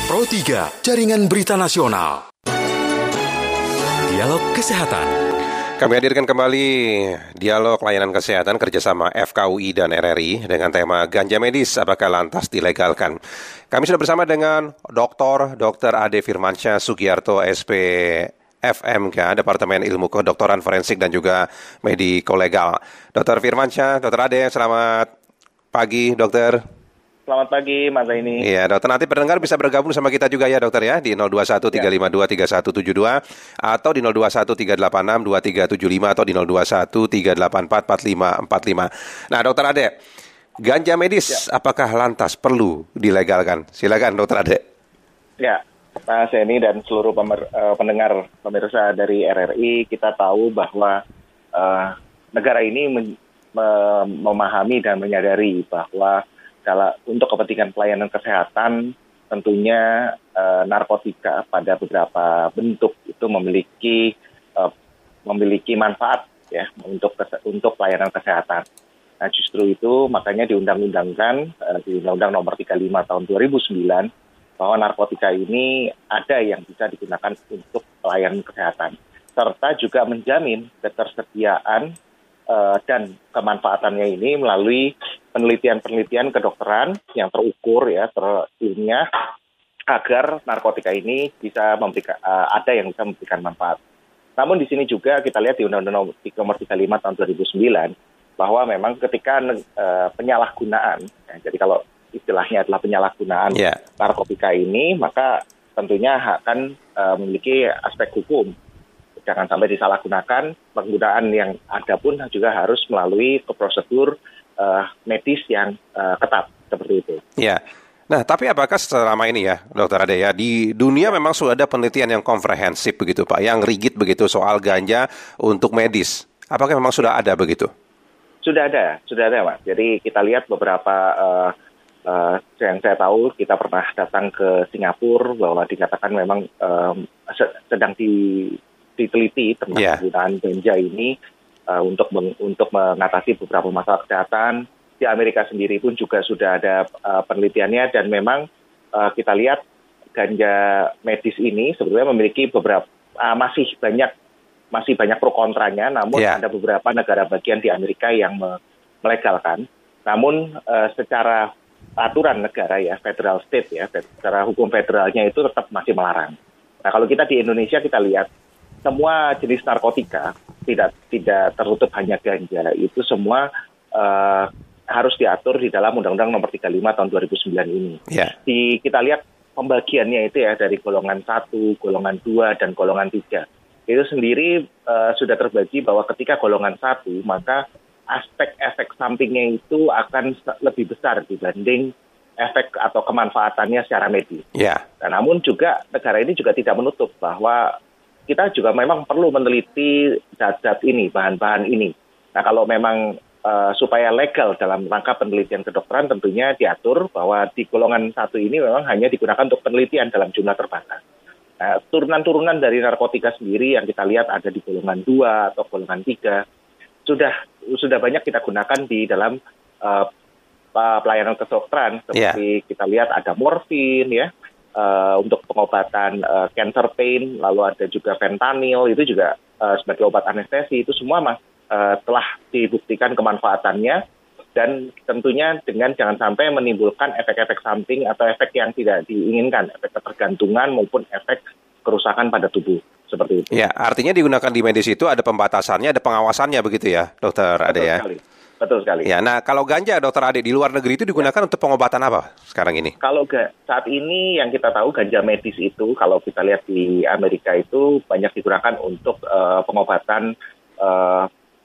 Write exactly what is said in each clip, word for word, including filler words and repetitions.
Pro tiga, Jaringan Berita Nasional. Dialog Kesehatan. Kami hadirkan kembali dialog layanan kesehatan kerjasama F K U I dan R R I dengan tema ganja medis apakah lantas dilegalkan. Kami sudah bersama dengan Doktor Dokter Ade Firmansyah Sugiarto S P F M K, Departemen Ilmu Kedokteran Forensik dan juga Mediko-Legal. Dokter Firmansyah, Dokter Ade, selamat pagi, Dokter. Selamat pagi, Mas Zaini. Iya, dokter, nanti pendengar bisa bergabung sama kita juga ya, dokter ya, di nol dua satu tiga lima dua tiga satu tujuh dua atau di nol dua satu tiga delapan enam dua tiga tujuh lima atau di nol dua satu tiga delapan empat empat lima empat lima. Nah, dokter Ade, ganja medis ya, apakah lantas perlu dilegalkan? Silakan, dokter Ade. Ya, Mas Zaini dan seluruh pemer, uh, pendengar pemirsa dari R R I, kita tahu bahwa uh, negara ini men, me- memahami dan menyadari bahwa kalau untuk kepentingan pelayanan kesehatan, tentunya uh, narkotika pada beberapa bentuk itu memiliki uh, memiliki manfaat ya untuk kese- untuk pelayanan kesehatan. Nah, justru itu makanya diundang-undangkan uh, di Undang-Undang Nomor tiga puluh lima Tahun dua ribu sembilan bahwa narkotika ini ada yang bisa digunakan untuk pelayanan kesehatan, serta juga menjamin ketersediaan uh, dan kemanfaatannya ini melalui penelitian-penelitian kedokteran yang terukur ya, terilmiah, agar narkotika ini bisa memberikan uh, ada yang bisa memberikan manfaat. Namun di sini juga kita lihat di Undang-Undang Nomor tiga puluh lima Tahun dua ribu sembilan bahwa memang ketika uh, penyalahgunaan, ya, jadi kalau istilahnya adalah penyalahgunaan yeah. narkotika ini, maka tentunya akan uh, memiliki aspek hukum. Jangan sampai disalahgunakan, penggunaan yang ada pun juga harus melalui prosedur Uh, medis yang uh, ketat seperti itu. Ya, nah tapi apakah selama ini ya, Dokter Ade ya, di dunia memang sudah ada penelitian yang komprehensif begitu Pak, yang rigid begitu soal ganja untuk medis? Apakah memang sudah ada begitu? Sudah ada, sudah ada Mas. Jadi kita lihat beberapa uh, uh, yang saya tahu, kita pernah datang ke Singapura bahwa dikatakan memang um, sedang diteliti tentang yeah. penggunaan ganja ini Uh, untuk meng, untuk mengatasi beberapa masalah kesehatan. Di Amerika sendiri pun juga sudah ada uh, penelitiannya dan memang uh, kita lihat ganja medis ini sebetulnya memiliki beberapa uh, masih banyak masih banyak pro kontranya, namun yeah. ada beberapa negara bagian di Amerika yang me- melegalkan. Namun uh, secara aturan negara ya, federal state ya, secara hukum federalnya itu tetap masih melarang. Nah, kalau kita di Indonesia kita lihat semua jenis narkotika tidak tidak tertutup hanya ganja, itu semua uh, harus diatur di dalam Undang-Undang Nomor tiga puluh lima Tahun dua ribu sembilan ini. Yeah. Di, kita lihat pembagiannya itu ya dari golongan satu, golongan dua, dan golongan tiga. Itu sendiri uh, sudah terbagi bahwa ketika golongan satu, maka aspek efek sampingnya itu akan lebih besar dibanding efek atau kemanfaatannya secara medis. Yeah. Nah, namun juga negara ini juga tidak menutup bahwa kita juga memang perlu meneliti zat-zat ini, bahan-bahan ini. Nah, kalau memang uh, supaya legal dalam rangka penelitian kedokteran, tentunya diatur bahwa di golongan satu ini memang hanya digunakan untuk penelitian dalam jumlah terbatas. Nah, turunan-turunan dari narkotika sendiri yang kita lihat ada di golongan dua atau golongan tiga, sudah sudah banyak kita gunakan di dalam uh, pelayanan kedokteran. Seperti yeah. kita lihat ada morfin, ya, Uh, untuk pengobatan uh, cancer pain, lalu ada juga fentanyl, itu juga uh, sebagai obat anestesi, itu semua mas, uh, telah dibuktikan kemanfaatannya dan tentunya dengan jangan sampai menimbulkan efek-efek samping atau efek yang tidak diinginkan, efek ketergantungan maupun efek kerusakan pada tubuh, seperti itu. Ya, artinya digunakan di medis itu ada pembatasannya, ada pengawasannya begitu ya, Dokter Ade ya? Sekali. Betul sekali. Ya, nah kalau ganja, Dokter Ade, di luar negeri itu digunakan ya. untuk pengobatan apa sekarang ini? Kalau ga, saat ini yang kita tahu ganja medis itu, kalau kita lihat di Amerika itu banyak digunakan untuk uh, pengobatan uh,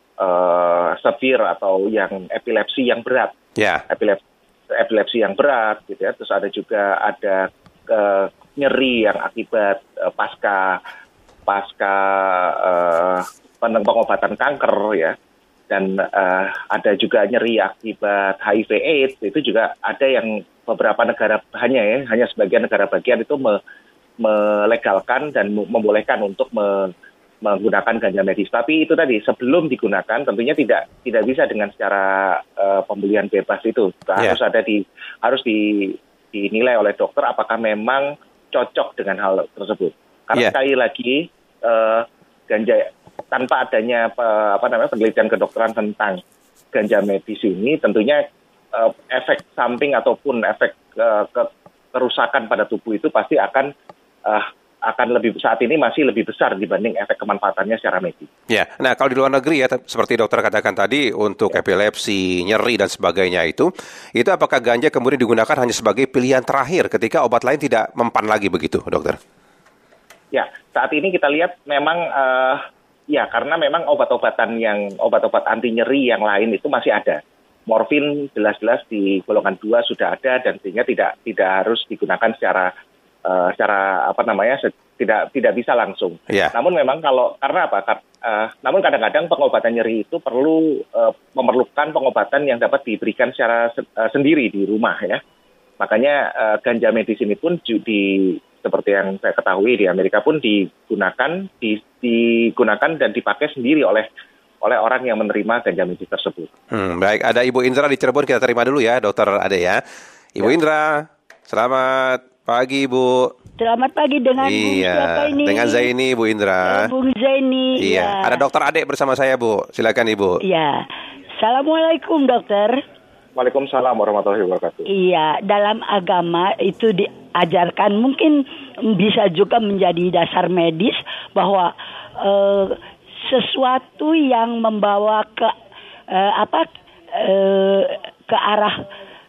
uh, severe atau yang epilepsi yang berat. Ya. Epilepsi, epilepsi yang berat, gitu ya. Terus ada juga ada uh, nyeri yang akibat uh, pasca pasca uh, pengobatan kanker ya. Dan uh, ada juga nyeri akibat H I V AIDS, itu juga ada yang beberapa negara hanya ya, hanya sebagian negara bagian itu me, melegalkan dan membolehkan untuk me, menggunakan ganja medis. Tapi itu tadi sebelum digunakan tentunya tidak tidak bisa dengan secara uh, pembelian bebas itu. Harus yeah. ada di harus di, dinilai oleh dokter apakah memang cocok dengan hal tersebut. Karena yeah. sekali lagi uh, ganja tanpa adanya uh, apa namanya penelitian kedokteran tentang ganja medis ini, tentunya uh, efek samping ataupun efek uh, ke, kerusakan pada tubuh itu pasti akan uh, akan lebih saat ini masih lebih besar dibanding efek kemanfaatannya secara medis. Ya, nah kalau di luar negeri ya, seperti dokter katakan tadi untuk ya. epilepsi, nyeri dan sebagainya itu, itu apakah ganja kemudian digunakan hanya sebagai pilihan terakhir ketika obat lain tidak mempan lagi begitu, dokter? Ya, saat ini kita lihat memang uh, ya karena memang obat-obatan yang obat-obat anti nyeri yang lain itu masih ada. Morfin jelas-jelas di golongan dua sudah ada dan sehingga tidak tidak harus digunakan secara Uh, secara apa namanya se- tidak tidak bisa langsung. Yeah. Namun memang kalau karena apa? Kar- uh, namun kadang-kadang pengobatan nyeri itu perlu uh, memerlukan pengobatan yang dapat diberikan secara se- uh, sendiri di rumah ya. Makanya uh, ganja medis ini pun ju- di seperti yang saya ketahui di Amerika pun digunakan di, digunakan dan dipakai sendiri oleh oleh orang yang menerima ganja medis tersebut. Hmm, baik, ada Ibu Indra di Cirebon, kita terima dulu ya, Dokter Ade ya. Ibu ya. Indra, selamat pagi, Bu. Selamat pagi dengan iya, Bu siapa ini? Dengan Zaini, Bu Indra. Ya, Bu Zaini. Iya. Ya. Ada Dokter Ade bersama saya, Bu. Silakan, Ibu. Iya. Assalamualaikum, Dokter. Waalaikumsalam warahmatullahi wabarakatuh. Iya, dalam agama itu diajarkan mungkin bisa juga menjadi dasar medis bahwa uh, sesuatu yang membawa ke uh, apa uh, ke arah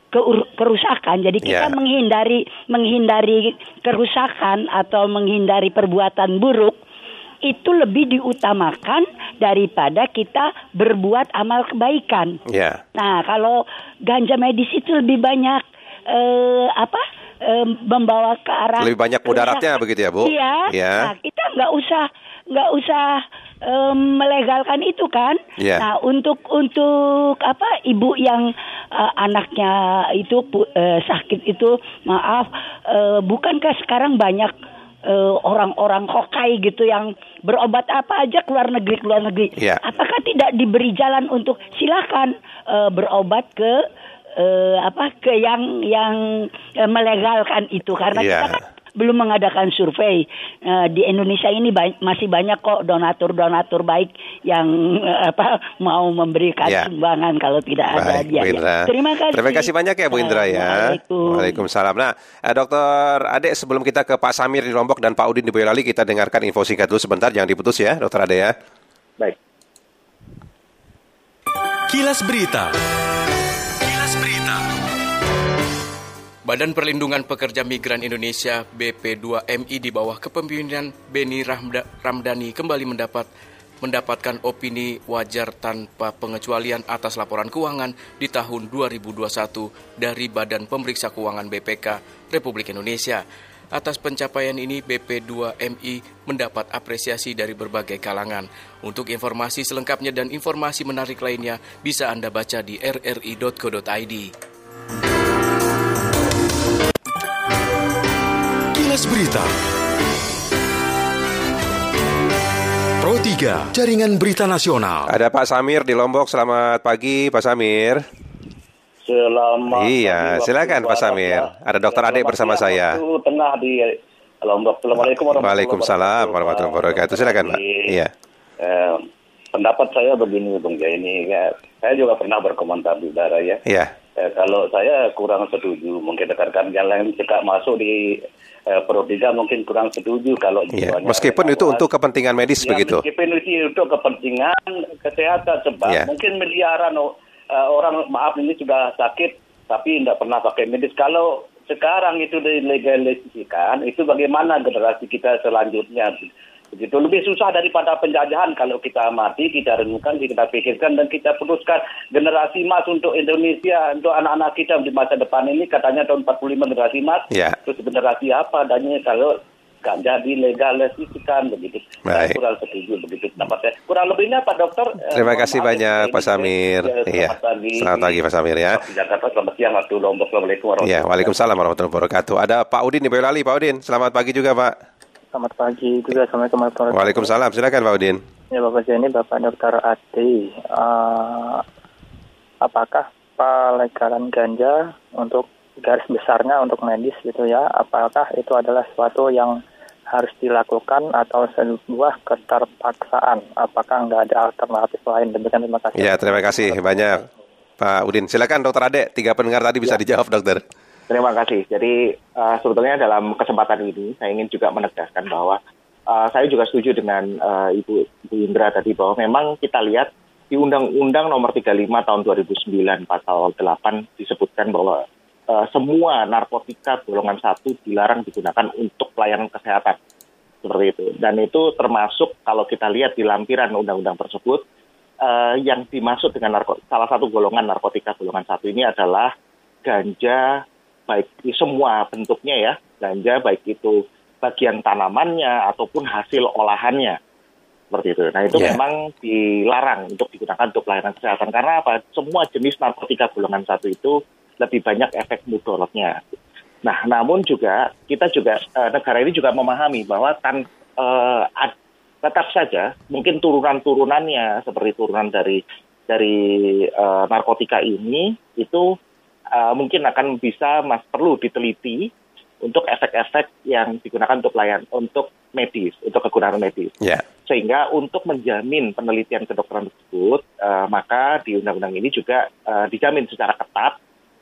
kerusakan. Jadi kita yeah. menghindari menghindari kerusakan atau menghindari perbuatan buruk itu lebih diutamakan daripada kita berbuat amal kebaikan. Yeah. Nah, kalau ganja medis itu lebih banyak eh, apa eh, membawa ke arah lebih banyak mudaratnya begitu ya, Bu? Iya. Yeah. Nah, kita nggak usah nggak usah Um, melegalkan itu kan. Yeah. Nah, untuk untuk apa ibu yang uh, anaknya itu uh, sakit itu, maaf, uh, bukankah sekarang banyak uh, orang-orang kokai gitu yang berobat apa aja ke luar negeri ke luar negeri. Yeah. Apakah tidak diberi jalan untuk silakan uh, berobat ke uh, apa ke yang yang uh, melegalkan itu karena yeah. kita kan belum mengadakan survei. Uh, di Indonesia ini ba- masih banyak kok donatur-donatur baik yang uh, apa mau memberikan ya. sumbangan kalau tidak baik, ada dia. Ya. Terima kasih. Terima kasih banyak ya Bu Indra ya. Waalaikumsalam. Nah, eh, Dokter Ade, sebelum kita ke Pak Samir di Lombok dan Pak Udin di Boyolali, kita dengarkan info singkat dulu sebentar, jangan diputus ya, Dokter Ade ya. Baik. Kilas Berita. Kilas Berita. Badan Perlindungan Pekerja Migran Indonesia B P dua M I di bawah kepemimpinan Beni Ramda- Ramdhani kembali mendapat mendapatkan opini wajar tanpa pengecualian atas laporan keuangan di tahun dua ribu dua puluh satu dari Badan Pemeriksa Keuangan B P K Republik Indonesia. Atas pencapaian ini B P dua M I mendapat apresiasi dari berbagai kalangan. Untuk informasi selengkapnya dan informasi menarik lainnya bisa Anda baca di r r i dot co dot i d. Berita Pro tiga Jaringan Berita Nasional. Ada Pak Samir di Lombok. Selamat pagi Pak Samir. Selamat Iya, pagi, silakan Pak Samir. Ada Dokter Ade bersama saya. Waktu tengah di Lombok. Assalamualaikum warahmatullahi wabarakatuh. Waalaikumsalam warahmatullahi wabarakatuh. Silakan Pak. Iya. Eh, pendapat saya begini Bung Jaini. Ya, saya juga pernah berkomentar di udara ya. Iya. Eh, kalau saya kurang setuju, mungkin rekan-rekan yang lain jika masuk di eh, Pro tiga mungkin kurang setuju kalau yeah. Meskipun itu untuk kepentingan medis ya, begitu. Meskipun itu untuk kepentingan kesehatan sebab yeah. mungkin miliaran uh, orang maaf ini sudah sakit tapi tidak pernah pakai medis. Kalau sekarang itu dilegalisasikan, itu bagaimana generasi kita selanjutnya? Begitu lebih susah daripada penjajahan kalau kita mati, kita renungkan, kita pikirkan dan kita putuskan generasi emas untuk Indonesia, untuk anak-anak kita di masa depan ini katanya tahun empat puluh lima generasi emas. Yeah. Terus generasi apa adanya kalau nggak jadi legalisikan begitu. Saya kurang setuju begitu pendapat saya. Kurang lebihnya Pak Dokter. Terima eh, kasih banyak Pak Samir. Iya. Selamat pagi. Selamat pagi Pak Samir ya. Jakarta selamat siang waktu Lombok. Assalamualaikum warahmatullahi wabarakatuh. Ya, waalaikumsalam warahmatullahi wabarakatuh. Ada Pak Udin di Boyolali. Pak Udin, selamat pagi juga Pak. Selamat pagi juga. Assalamualaikum warahmatullahi wabarakatuh. Waalaikumsalam. Silakan Pak Udin. Ya Bapak Zaini, Bapak Dokter Ade. Uh, apakah pelegalan ganja untuk garis besarnya untuk medis gitu ya, apakah itu adalah sesuatu yang harus dilakukan atau sebuah keterpaksaan? Apakah nggak ada alternatif lain? Demikian, terima kasih. Ya, terima kasih banyak Pak Udin. Silakan Dokter Ade, tiga pendengar tadi bisa ya dijawab Dokter. Terima kasih. Jadi uh, sebetulnya dalam kesempatan ini saya ingin juga menegaskan bahwa uh, saya juga setuju dengan uh, Ibu, Ibu Indra tadi bahwa memang kita lihat di Undang-Undang Nomor tiga puluh lima Tahun dua ribu sembilan Pasal delapan disebutkan bahwa Uh, semua narkotika golongan satu dilarang digunakan untuk pelayanan kesehatan. Seperti itu. Dan itu termasuk kalau kita lihat di lampiran undang-undang tersebut, uh, yang dimaksud dengan narko- salah satu golongan narkotika golongan satu ini adalah ganja, baik di semua bentuknya ya, ganja baik itu bagian tanamannya ataupun hasil olahannya. Seperti itu. Nah itu yeah. memang dilarang untuk digunakan untuk pelayanan kesehatan. Karena apa? Semua jenis narkotika golongan satu itu lebih banyak efek mudorotnya. Nah, namun juga kita juga uh, negara ini juga memahami bahwa kan uh, ad, tetap saja mungkin turunan-turunannya seperti turunan dari dari uh, narkotika ini itu uh, mungkin akan bisa mas perlu diteliti untuk efek-efek yang digunakan untuk pelayan untuk medis, untuk kegunaan medis. Yeah. Sehingga untuk menjamin penelitian kedokteran tersebut, uh, maka di undang-undang ini juga uh, dijamin secara ketat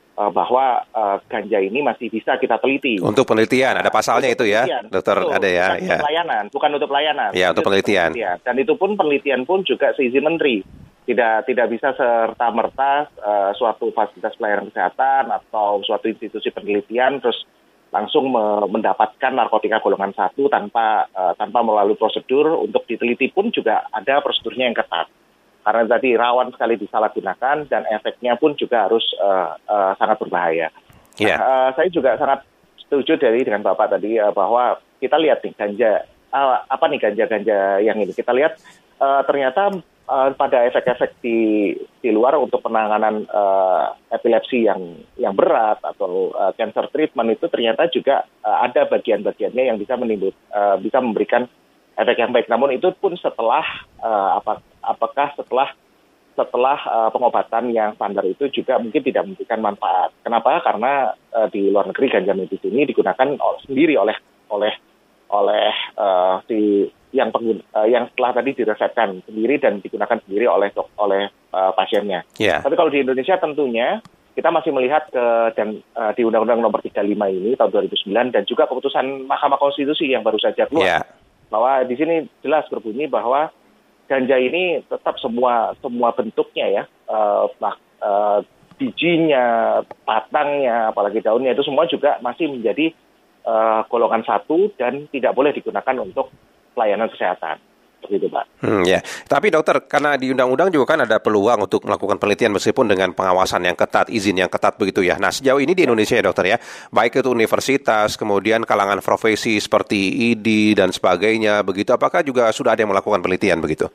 bahwa uh, ganja ini masih bisa kita teliti. Untuk penelitian, ada pasalnya untuk itu ya, Dokter ada ya. Bukan ya. untuk pelayanan, bukan untuk pelayanan. Ya, untuk penelitian. penelitian. Dan itu pun penelitian pun juga seizin menteri. Tidak tidak bisa serta-merta uh, suatu fasilitas pelayanan kesehatan atau suatu institusi penelitian terus langsung me- mendapatkan narkotika golongan satu tanpa uh, tanpa melalui prosedur. Untuk diteliti pun juga ada prosedurnya yang ketat. Karena tadi rawan sekali disalahgunakan dan efeknya pun juga harus uh, uh, sangat berbahaya. Yeah. Nah, uh, saya juga sangat setuju dari dengan Bapak tadi uh, bahwa kita lihat nih ganja, uh, apa nih ganja-ganja yang ini. Kita lihat uh, ternyata uh, pada efek-efek di di luar untuk penanganan uh, epilepsi yang yang berat atau uh, cancer treatment itu ternyata juga uh, ada bagian-bagiannya yang bisa menimbul, uh, bisa memberikan efek yang baik. Namun itu pun setelah uh, apa apakah setelah setelah uh, pengobatan yang standar itu juga mungkin tidak memberikan manfaat. Kenapa? Karena uh, di luar negeri ganja medis ini digunakan sendiri oleh oleh oleh uh, si yang pengguna, uh, yang setelah tadi diresepkan sendiri dan digunakan sendiri oleh oleh uh, pasiennya. Yeah. Tapi kalau di Indonesia tentunya kita masih melihat ke dan uh, di Undang-Undang Nomor tiga puluh lima ini tahun dua ribu sembilan dan juga keputusan Mahkamah Konstitusi yang baru saja keluar. Yeah. Bahwa di sini jelas berbunyi bahwa ganja ini tetap semua semua bentuknya ya, uh, uh, bijinya, batangnya, apalagi daunnya itu semua juga masih menjadi uh, golongan satu dan tidak boleh digunakan untuk pelayanan kesehatan. Seperti itu, Pak. Hmm, ya. Tapi dokter, karena di undang-undang juga kan ada peluang untuk melakukan penelitian meskipun dengan pengawasan yang ketat, izin yang ketat begitu ya. Nah, sejauh ini di Indonesia ya dokter ya, baik itu universitas, kemudian kalangan profesi seperti I D I dan sebagainya begitu, apakah juga sudah ada yang melakukan penelitian begitu?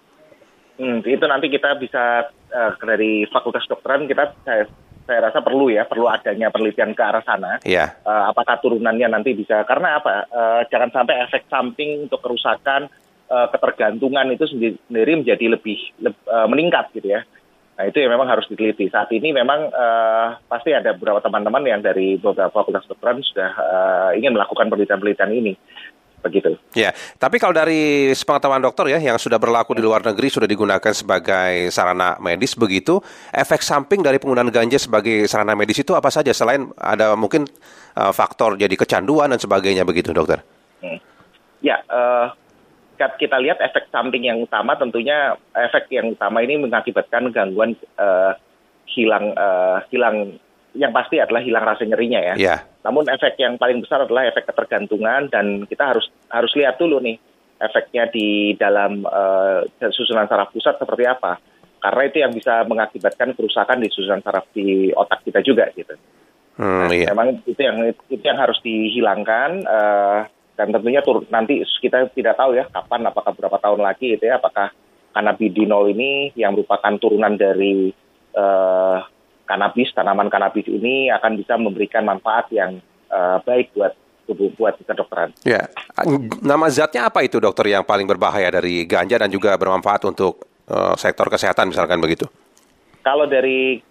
Hmm, itu nanti kita bisa uh, dari Fakultas Kedokteran kita saya, saya rasa perlu ya, perlu adanya penelitian ke arah sana. Yeah. Uh, apakah turunannya nanti bisa, karena apa? Uh, jangan sampai efek samping untuk kerusakan Uh, ketergantungan itu sendiri menjadi lebih, lebih uh, meningkat gitu ya. Nah itu yang memang harus diteliti. Saat ini memang uh, pasti ada beberapa teman-teman yang dari beberapa fakultas kedokteran sudah uh, ingin melakukan penelitian-penelitian ini. Begitu. Ya, tapi kalau dari sepengetahuan dokter ya yang sudah berlaku di luar negeri sudah digunakan sebagai sarana medis begitu, efek samping dari penggunaan ganja sebagai sarana medis itu apa saja selain ada mungkin uh, faktor jadi kecanduan dan sebagainya begitu dokter? Hmm. Ya. Uh, Kita lihat efek samping yang utama tentunya efek yang utama ini mengakibatkan gangguan uh, hilang uh, hilang yang pasti adalah hilang rasa nyerinya ya. Yeah. Namun efek yang paling besar adalah efek ketergantungan dan kita harus harus lihat dulu nih efeknya di dalam uh, susunan saraf pusat seperti apa. Karena itu yang bisa mengakibatkan kerusakan di susunan saraf di otak kita juga gitu. Hmm, nah, iya. Memang itu yang itu yang harus dihilangkan. Uh, Dan tentunya tur- nanti kita tidak tahu ya kapan, apakah beberapa tahun lagi itu ya, apakah kanabidinol ini yang merupakan turunan dari uh, kanabis, tanaman kanabis ini akan bisa memberikan manfaat yang uh, baik buat tubuh, buat kedokteran. Ya, nama zatnya apa itu dokter yang paling berbahaya dari ganja dan juga bermanfaat untuk uh, sektor kesehatan misalkan begitu? Kalau dari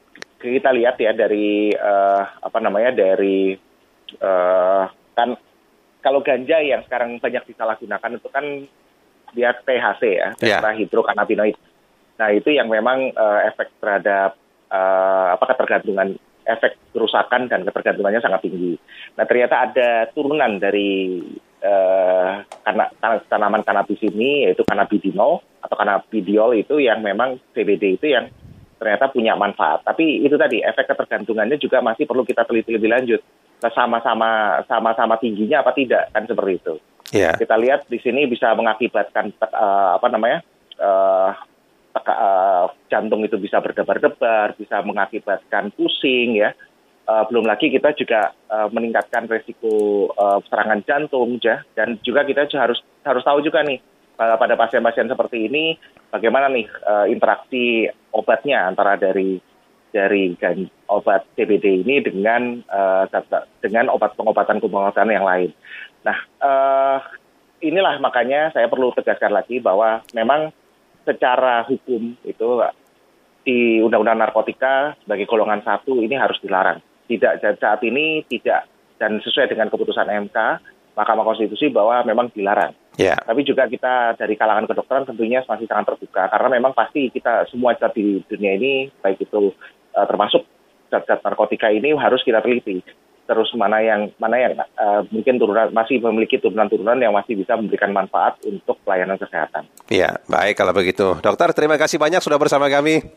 kita lihat ya dari uh, apa namanya dari uh, kan kalau ganja yang sekarang banyak disalahgunakan itu kan dia T H C ya, tetrahydrocannabinoid. Nah itu yang memang uh, efek terhadap uh, apa ketergantungan, efek kerusakan dan ketergantungannya sangat tinggi. Nah ternyata ada turunan dari uh, kana, tanaman kanabis ini, yaitu cannabidiol atau cannabidiol itu yang memang C B D itu yang ternyata punya manfaat. Tapi itu tadi efek ketergantungannya juga masih perlu kita teliti lebih lanjut. Sama-sama sama-sama tingginya apa tidak, kan seperti itu. Yeah. Kita lihat di sini bisa mengakibatkan uh, apa namanya uh, teka, uh, jantung itu bisa berdebar-debar, bisa mengakibatkan pusing ya. Uh, belum lagi kita juga uh, meningkatkan resiko uh, serangan jantung ya. Dan juga kita juga harus harus tahu juga nih uh, pada pasien-pasien seperti ini bagaimana nih uh, interaksi obatnya antara dari dari gan, obat C B D ini dengan uh, dengan obat pengobatan-pengobatan yang lain. Nah, uh, inilah makanya saya perlu tegaskan lagi bahwa memang secara hukum itu di Undang-Undang Narkotika sebagai golongan satu ini harus dilarang. Tidak saat ini tidak, dan sesuai dengan keputusan M K Mahkamah Konstitusi bahwa memang dilarang. Yeah. Tapi juga kita dari kalangan kedokteran tentunya masih sangat terbuka karena memang pasti kita semua zat di dunia ini baik itu Uh, termasuk zat-zat narkotika ini harus kita teliti. Terus mana yang mana yang uh, mungkin turunan masih memiliki turunan-turunan yang masih bisa memberikan manfaat untuk pelayanan kesehatan. Iya, baik kalau begitu. Dokter, terima kasih banyak sudah bersama kami.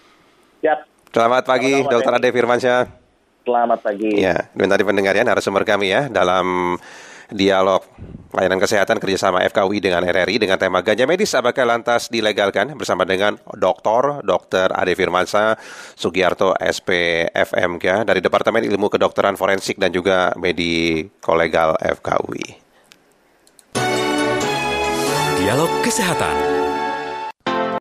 Siap. Selamat pagi, Selamat Dokter Ade Firmansyah. Selamat pagi. Ya, dan tadi pendengar ya, narasumber kami ya dalam dialog layanan kesehatan kerjasama F K U I dengan R R I dengan tema ganja medis apakah lantas dilegalkan bersama dengan Doktor Dokter Ade Firmansyah Sugiarto S P F M K dari Departemen Ilmu Kedokteran Forensik dan juga Mediko Legal F K U I. Dialog Kesehatan.